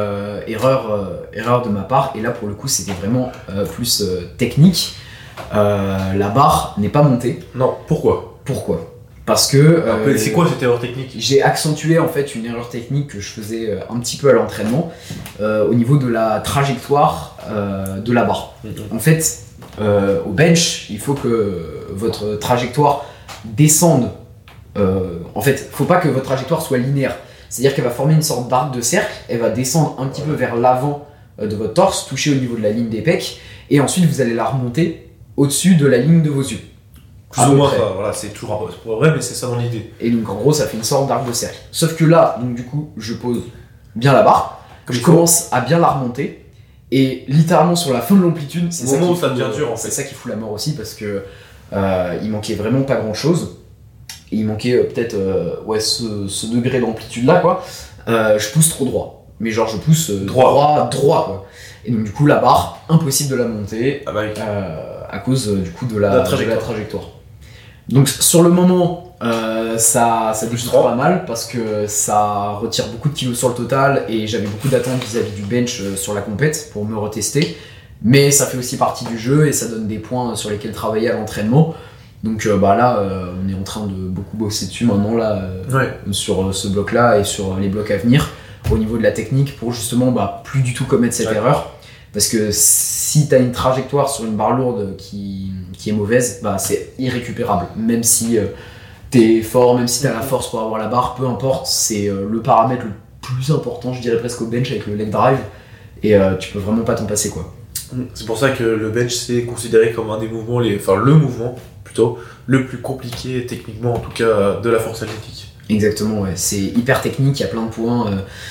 erreur de ma part, et là pour le coup c'était vraiment plus technique, la barre n'est pas montée. Non, pourquoi? Pourquoi? Parce que c'est quoi cette erreur technique? j'ai accentué en fait une erreur technique que je faisais un petit peu à l'entraînement au niveau de la trajectoire de la barre. En fait, au bench, il faut que votre trajectoire descende. En fait, faut pas que votre trajectoire soit linéaire. C'est-à-dire qu'elle va former une sorte d'arc de cercle, elle va descendre un petit peu vers l'avant de votre torse, toucher au niveau de la ligne des pecs, et ensuite vous allez la remonter au-dessus de la ligne de vos yeux. Plus ou moins, voilà, c'est toujours pas vrai, mais c'est ça dans l'idée. Et donc en gros, ça fait une sorte d'arc de cercle. Sauf que là, donc du coup, je pose bien la barre, je commence à bien la remonter, et littéralement sur la fin de l'amplitude, c'est ça, où ça devient dur en fait. C'est ça qui fout la mort aussi, parce que il manquait vraiment pas grand-chose. Et il manquait peut-être ce degré d'amplitude là quoi. Je pousse trop droit, mais genre je pousse droit quoi. Et donc du coup la barre, impossible de la monter à cause du coup de la trajectoire. Donc sur le moment ça dégoûte pas mal parce que ça retire beaucoup de kilos sur le total et j'avais beaucoup d'attentes vis-à-vis du bench sur la compète pour me retester, mais ça fait aussi partie du jeu et ça donne des points sur lesquels travailler à l'entraînement. Donc là, on est en train de beaucoup bosser dessus maintenant sur ce bloc-là et sur les blocs à venir au niveau de la technique pour justement plus du tout commettre cette erreur. Parce que si tu as une trajectoire sur une barre lourde qui est mauvaise, c'est irrécupérable. Même si tu es fort, même si tu as la force pour avoir la barre, peu importe, c'est le paramètre le plus important, je dirais presque au bench avec le leg drive. Et tu peux vraiment pas t'en passer quoi. C'est pour ça que le bench c'est considéré comme un des mouvements, le mouvement plutôt, le plus compliqué techniquement en tout cas de la force athlétique. Exactement, ouais. C'est hyper technique, il y a plein de points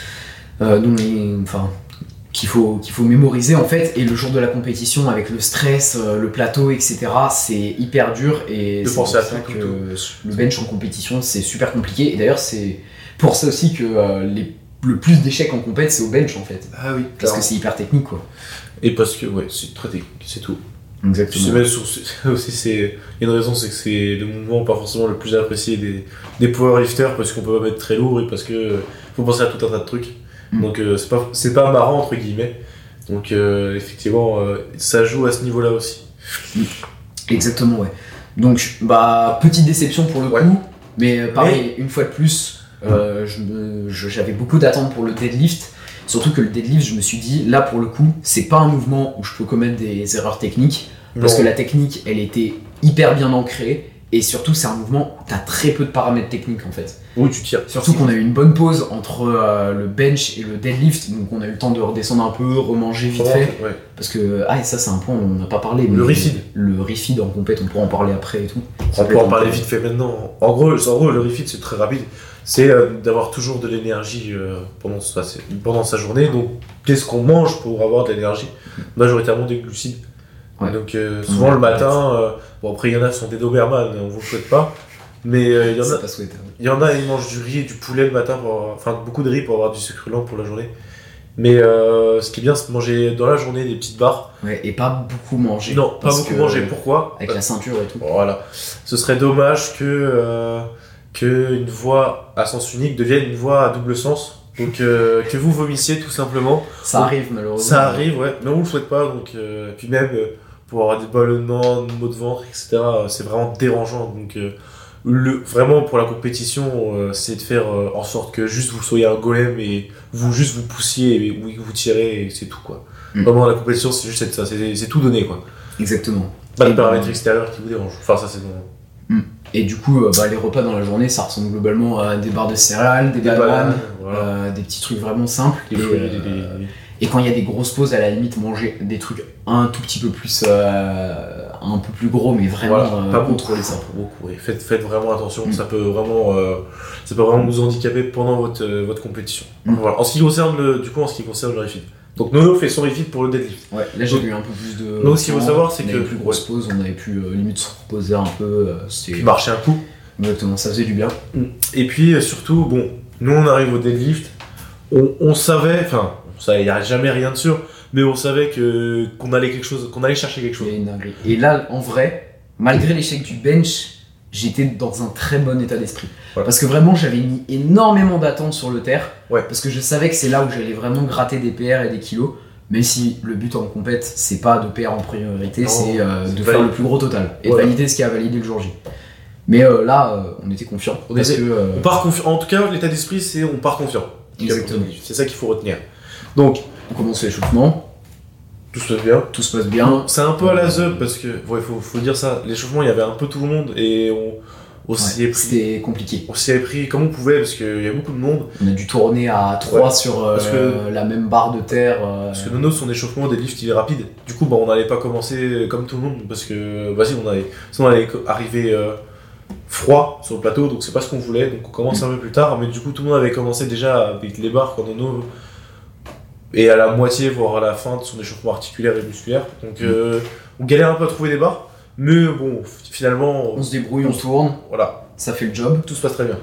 qu'il faut mémoriser en fait, et le jour de la compétition avec le stress, le plateau, etc., c'est hyper dur et c'est pour ça que le bench en compétition c'est super compliqué, et d'ailleurs c'est pour ça aussi que le plus d'échecs en compète c'est au bench en fait. Ah oui, parce que c'est hyper technique quoi. Et parce que c'est très technique, c'est tout. Exactement. Il y a une raison, c'est que c'est le mouvement pas forcément le plus apprécié des powerlifters parce qu'on peut pas mettre très lourd et parce que faut penser à tout un tas de trucs. Donc c'est pas marrant entre guillemets. Donc effectivement ça joue à ce niveau-là aussi. Exactement, ouais. Donc petite déception pour le coup, mais pareil, une fois de plus, j'avais beaucoup d'attentes pour le deadlift. Surtout que le deadlift, je me suis dit, là pour le coup, c'est pas un mouvement où je peux commettre des erreurs techniques, parce que la technique, elle était hyper bien ancrée, et surtout c'est un mouvement où t'as très peu de paramètres techniques en fait. Oui, tu tires. Surtout qu'on a eu une bonne pause entre le bench et le deadlift, donc on a eu le temps de redescendre un peu, remanger vite fait, parce que, ça c'est un point dont on n'a pas parlé. Le refeed. Le refeed en compète, on pourra en parler après et tout. On peut en parler vite fait maintenant. En gros, le refeed c'est très rapide. C'est d'avoir toujours de l'énergie pendant sa journée. Donc, qu'est-ce qu'on mange pour avoir de l'énergie? Majoritairement des glucides. Ouais. Donc, souvent le matin, après il y en a qui sont des Doberman, on vous le souhaite pas. Mais il y en a, ils mangent du riz et du poulet le matin, beaucoup de riz pour avoir du sucre lent pour la journée. Mais ce qui est bien, c'est de manger dans la journée des petites barres. Ouais, et pas beaucoup manger. Non, pas beaucoup manger. Pourquoi? Avec la ceinture et tout. Voilà. Ce serait dommage qu'une voie à sens unique devienne une voie à double sens. Donc que vous vomissiez tout simplement. Ça arrive malheureusement. Ça arrive, ouais. Mais on le souhaite pas. Donc puis même pour avoir des ballonnements, des maux de ventre, etc. C'est vraiment dérangeant. Donc vraiment pour la compétition, c'est de faire en sorte que juste vous soyez un golem et vous poussiez et vous tirez et c'est tout quoi. Vraiment la compétition c'est juste ça, c'est tout donné quoi. Exactement. Pas de paramètres extérieurs qui vous dérangent. Enfin ça c'est bon. Et du coup, les repas dans la journée, ça ressemble globalement à des barres de céréales, des bananes, des petits trucs vraiment simples. Et quand il y a des grosses pauses, à la limite, manger des trucs un tout petit peu plus, un peu plus gros, mais vraiment pas contrôler ça. Beaucoup, oui. Faites vraiment attention, ça peut vraiment vous handicaper pendant votre compétition. Voilà. En ce qui concerne le refeed. Donc Nono fait son refeed pour le deadlift. Ouais, là j'ai eu un peu plus de. Donc ce qu'il faut savoir, c'est que plus grosse pause, on avait pu limite se reposer un peu. Puis marcher un coup. Exactement, ça faisait du bien. Et puis surtout, nous on arrive au deadlift, on savait, il n'y a jamais rien de sûr, mais on savait qu'on allait chercher quelque chose. Et là, en vrai, malgré l'échec du bench, j'étais dans un très bon état d'esprit. Ouais. Parce que vraiment, j'avais mis énormément d'attentes sur le terre, Ouais. parce que je savais que c'est là où j'allais vraiment gratter des PR et des kilos, même si le but en compète, c'est pas de PR en priorité, Non, c'est c'est de de faire valider. le plus gros total, et Voilà. de valider ce qui a validé le jour J. Mais là, on était confiants, On parce était- que... On part confiant. En tout cas, l'état d'esprit, c'est on part confiant. Exactement. C'est ça qu'il faut retenir. Donc, on commence l'échauffement, tout se passe bien. tout se passe bien. C'est un peu à la zeub parce que, ouais, faut dire ça. L'échauffement, il y avait un peu tout le monde et on s'y est Ouais, pris. c'était compliqué. On s'y est pris comme on pouvait parce qu'il y a beaucoup de monde. On a dû tourner à 3 Ouais, sur parce que- la même barre de terre. Parce que Nono, son échauffement deadlift, il est rapide. Du coup, bah, on n'allait pas commencer comme tout le monde parce que, vas-y, sinon on allait arriver froid sur le plateau, donc c'est pas ce qu'on voulait. Donc on commence un peu plus tard, mais du coup, tout le monde avait commencé déjà avec les barres quand Nono est à la moitié, voire à la fin de son échauffement articulaire et musculaire. Donc on galère un peu à trouver des barres, mais bon, finalement, On se débrouille, on tourne, voilà, ça fait le job. tout se passe très bien.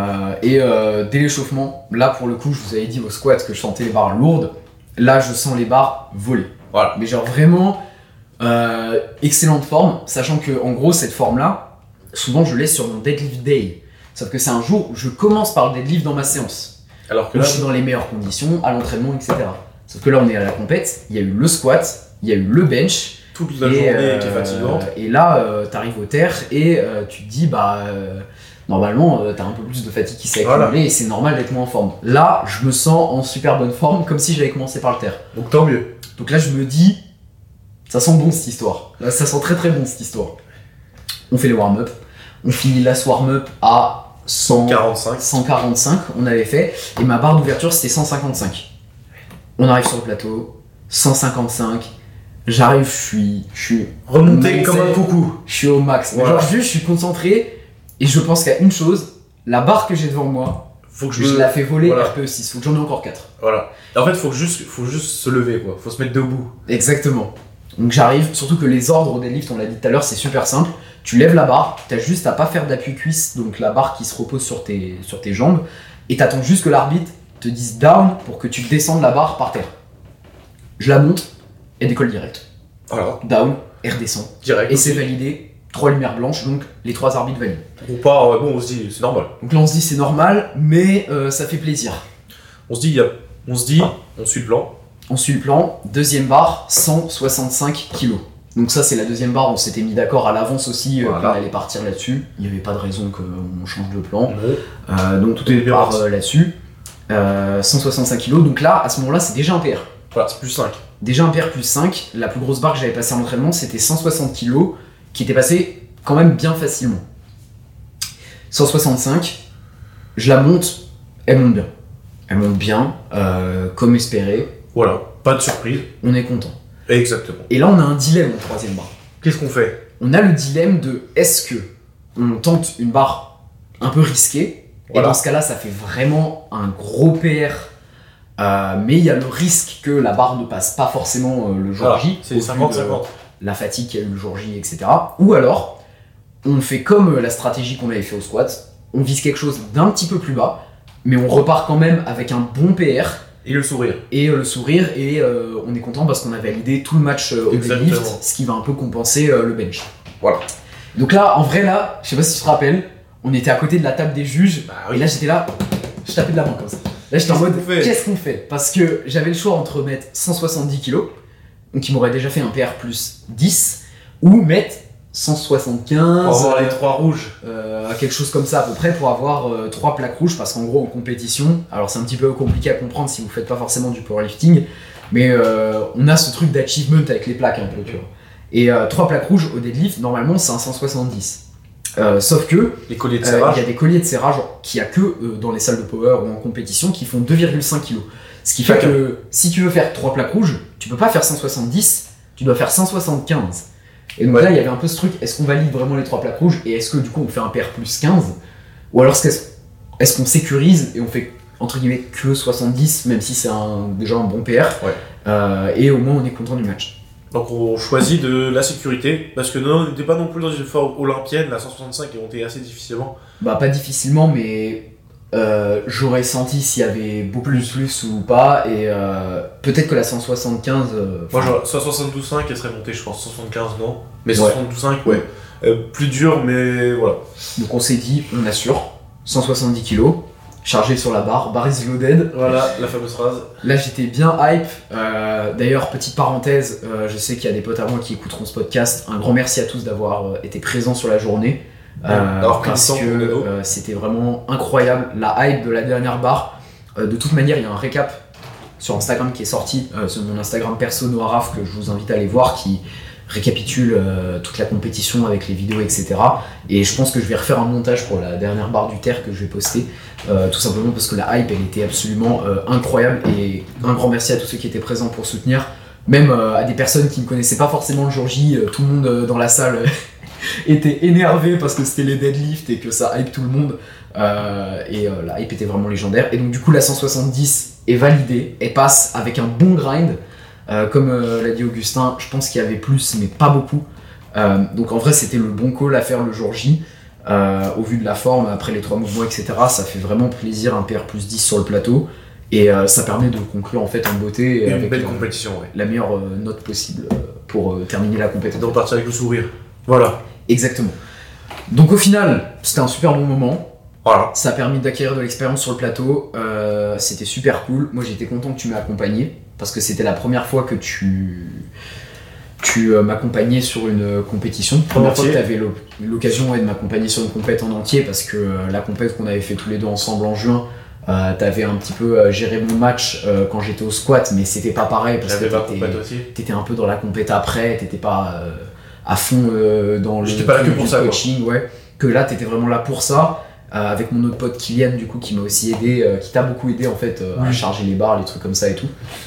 Dès l'échauffement, là pour le coup, je vous avais dit au squat que je sentais les barres lourdes. Là, je sens les barres voler. Voilà. Mais genre vraiment excellente forme, sachant que en gros, cette forme-là, souvent je l'ai sur mon deadlift day. Sauf que c'est un jour où je commence par le deadlift dans ma séance. Alors que Où là, je suis dans les meilleures conditions, à l'entraînement, etc. Sauf que là, on est à la compète, il y a eu le squat, il y a eu le bench. toute la journée qui est fatigante. Et là, t'arrives au terre et tu te dis, normalement, t'as un peu plus de fatigue qui s'est accumulée Voilà. et c'est normal d'être moins en forme. Là, je me sens en super bonne forme, comme si j'avais commencé par le terre. Donc tant mieux. Donc là, je me dis, ça sent bon cette histoire. Là, ça sent très très bon cette histoire. On fait les warm-up. On finit la warm-up à 145. 145, on avait fait. Et ma barre d'ouverture, c'était 155. On arrive sur le plateau, 155. J'arrive, je suis Remonter mindset, comme un coucou. je suis au max. Voilà. Genre, juste, je suis concentré et je pense qu'à une chose, la barre que j'ai devant moi, Faut que je je la fais voler voilà. RPE6. Faut que j'en ai encore 4. Voilà. En fait, faut juste se lever, quoi. Faut se mettre debout. Exactement. Donc j'arrive, surtout que les ordres au deadlift, on l'a dit tout à l'heure, c'est super simple. Tu lèves la barre, t'as juste à pas faire d'appui cuisse, donc la barre qui se repose sur tes jambes, et t'attends juste que l'arbitre te dise down pour que tu descendes la barre par terre. Je la monte, elle décolle direct. Voilà. Down, elle redescend. Direct. Et c'est validé, 3 lumières blanches, donc les 3 arbitres valident. On part, bon, on se dit, c'est normal. Donc là on se dit c'est normal, mais ça fait plaisir. On se dit, on suit le plan. On suit le plan, deuxième barre, 165 kg. Donc ça c'est la deuxième barre, on s'était mis d'accord à l'avance aussi Voilà. qu'on allait partir là-dessus. Il n'y avait pas de raison qu'on change de plan. Non. Donc Tout est bien on part parti. là-dessus. 165 kg, donc là, à ce moment-là, c'est déjà un PR. Voilà, c'est plus 5. Déjà un PR plus 5. La plus grosse barre que j'avais passée en entraînement, c'était 160 kg, qui était passée quand même bien facilement. 165, je la monte, elle monte bien. Elle monte bien, comme espéré, Voilà, pas de surprise. on est content. Exactement. Et là, on a un dilemme en troisième barre. Qu'est-ce qu'on fait? On a le dilemme de est-ce que on tente une barre un peu risquée, Voilà. et dans ce cas-là, ça fait vraiment un gros PR, mais il y a le risque que la barre ne passe pas forcément le jour Voilà, J, c'est au vu 50-50. de la fatigue qu'il y a eu le jour J, etc. Ou alors, on fait comme la stratégie qu'on avait fait au squat, on vise quelque chose d'un petit peu plus bas, mais on repart quand même avec un bon PR, Et le sourire. et le sourire, et on est content parce qu'on a validé tout le match au Exactement. deadlift, ce qui va un peu compenser le bench. Voilà. Donc là, en vrai, là, je sais pas si tu te rappelles, on était à côté de la table des juges, Bah et là j'étais là, je tapais de la main comme ça. Là j'étais en Qu'est-ce mode, qu'on fait qu'est-ce qu'on fait? Parce que j'avais le choix entre mettre 170 kg, donc qui m'aurait déjà fait un PR plus 10, ou mettre 175, Pour avoir les 3 rouges. quelque chose comme ça à peu près pour avoir 3 plaques rouges, parce qu'en gros en compétition, alors c'est un petit peu compliqué à comprendre si vous faites pas forcément du powerlifting, mais on a ce truc d'achievement avec les plaques un peu, tu vois. Et 3 plaques rouges au deadlift, normalement c'est un 170. Sauf que Les colliers de il serrage. y a des colliers de serrage qu'il n'y a que dans les salles de power ou en compétition qui font 2,5 kg. Ce qui fait Chacun. que si tu veux faire 3 plaques rouges, tu peux pas faire 170, tu dois faire 175. Et donc Ouais. là, il y avait un peu ce truc, est-ce qu'on valide vraiment les 3 plaques rouges et est-ce que du coup on fait un PR plus 15? Ou alors est-ce qu'on sécurise et on fait entre guillemets que 70, même si c'est déjà un bon PR, et au moins on est content du match. Donc on choisit de la sécurité. Parce que non, on n'était pas non plus dans une forme olympienne. La 165 est montée assez difficilement. Bah pas difficilement, mais j'aurais senti s'il y avait beaucoup plus ou pas, et peut-être que la 175... Moi, genre, soit 72,5, elle serait montée, je pense. 75, non. Mais Ouais. 72,5, ouais. plus dur, mais voilà. Donc on s'est dit, on assure, 170 kg, chargé sur la barre is loaded. Voilà, la fameuse phrase. Là j'étais bien hype. D'ailleurs, petite parenthèse, je sais qu'il y a des potes à moi qui écouteront ce podcast. Un grand merci à tous d'avoir été présents sur la journée. Parce que c'était vraiment incroyable. La hype de la dernière barre. De toute manière, il y a un récap sur Instagram qui est sorti, sur mon Instagram perso Noiraf, que je vous invite à aller voir, qui récapitule toute la compétition avec les vidéos, etc. Et je pense que je vais refaire un montage pour la dernière barre du terre que je vais poster, tout simplement parce que la hype elle était absolument incroyable, et un grand merci à tous ceux qui étaient présents pour soutenir, même à des personnes qui ne connaissaient pas forcément le jour J. Tout le monde dans la salle était énervé parce que c'était les deadlifts et que ça hype tout le monde, la hype était vraiment légendaire. Et donc du coup la 170 est validée, elle passe avec un bon grind. Comme l'a dit Augustin, je pense qu'il y avait plus, mais pas beaucoup. Donc en vrai, c'était le bon call à faire le jour J. Au vu de la forme, après les 3 mouvements, etc., ça fait vraiment plaisir, un PR plus 10 sur le plateau. Et ça permet de conclure en fait en beauté. Une avec belle compétition, ouais. La meilleure note possible pour terminer la compétition. Donc partir avec le sourire. Voilà. Exactement. Donc au final, c'était un super bon moment. Voilà. Ça a permis d'acquérir de l'expérience sur le plateau. C'était super cool. Moi, j'étais content que tu m'aies accompagné, parce que c'était la première fois que tu m'accompagnais sur une compétition. Première fois que tu avais l'occasion de m'accompagner sur une compète en entier, parce que la compète qu'on avait fait tous les deux ensemble en juin, tu avais un petit peu géré mon match quand j'étais au squat, mais c'était pas pareil, parce que tu étais un peu dans la compète après, tu n'étais pas à fond dans J'étais pas là que pour ça, coaching, ouais. Que là, tu étais vraiment là pour ça. Avec mon autre pote Kylian, du coup, qui m'a aussi aidé, qui t'a beaucoup aidé en fait à charger les barres, les trucs comme ça et tout.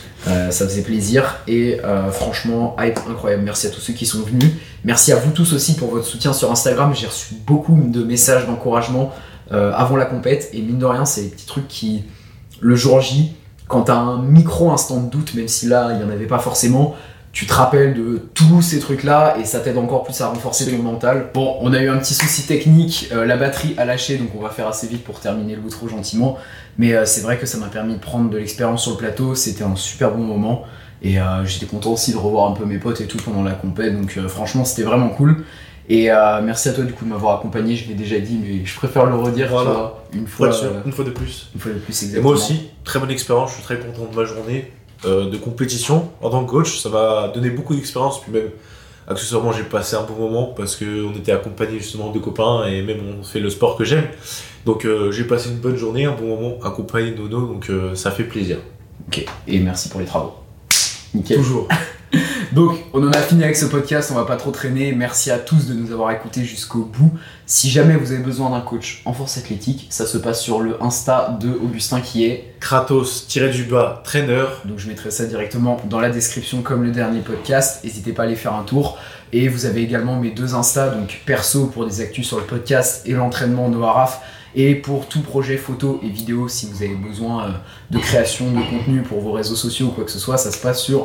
Ça faisait plaisir, et franchement, hype incroyable. Merci à tous ceux qui sont venus. Merci à vous tous aussi pour votre soutien sur Instagram. J'ai reçu beaucoup de messages d'encouragement avant la compète, et mine de rien, c'est des petits trucs qui, le jour J, quand t'as un micro instant de doute, même si là, il n'y en avait pas forcément, tu te rappelles de tous ces trucs-là et ça t'aide encore plus à renforcer ton mental. Bon, on a eu un petit souci technique, la batterie a lâché, donc on va faire assez vite pour terminer l'outro gentiment. Mais c'est vrai que ça m'a permis de prendre de l'expérience sur le plateau, c'était un super bon moment. Et j'étais content aussi de revoir un peu mes potes et tout pendant la compète, donc franchement c'était vraiment cool. Et merci à toi du coup de m'avoir accompagné, je l'ai déjà dit, mais je préfère le redire, voilà. Tu vois, une fois de plus. Une fois de plus, exactement. Et moi aussi, très bonne expérience, je suis très content de ma journée de compétition en tant que coach. Ça m'a donné beaucoup d'expérience, puis même accessoirement j'ai passé un bon moment parce qu'on était accompagné justement de copains et même on fait le sport que j'aime. Donc j'ai passé une bonne journée, un bon moment accompagné de Nono, donc ça fait plaisir. Ok, et merci pour les travaux. Nickel. Toujours. Donc, on en a fini avec ce podcast, on va pas trop traîner. Merci à tous de nous avoir écoutés jusqu'au bout. Si jamais vous avez besoin d'un coach en force athlétique, ça se passe sur le Insta de Augustin qui est Kratos-trainer. Donc je mettrai ça directement dans la description comme le dernier podcast. N'hésitez pas à aller faire un tour. Et vous avez également mes 2 Insta, donc perso pour des actus sur le podcast et l'entraînement Noiraf. Et pour tout projet photo et vidéo, si vous avez besoin de création de contenu pour vos réseaux sociaux ou quoi que ce soit, ça se passe sur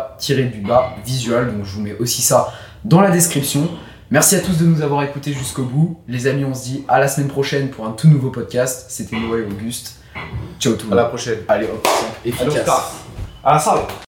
Noah-visual. Donc je vous mets aussi ça dans la description. Merci à tous de nous avoir écoutés jusqu'au bout. Les amis, on se dit à la semaine prochaine pour un tout nouveau podcast. C'était Noah et Auguste. Ciao tout le monde. À la prochaine. Allez hop, efficace. À la salle.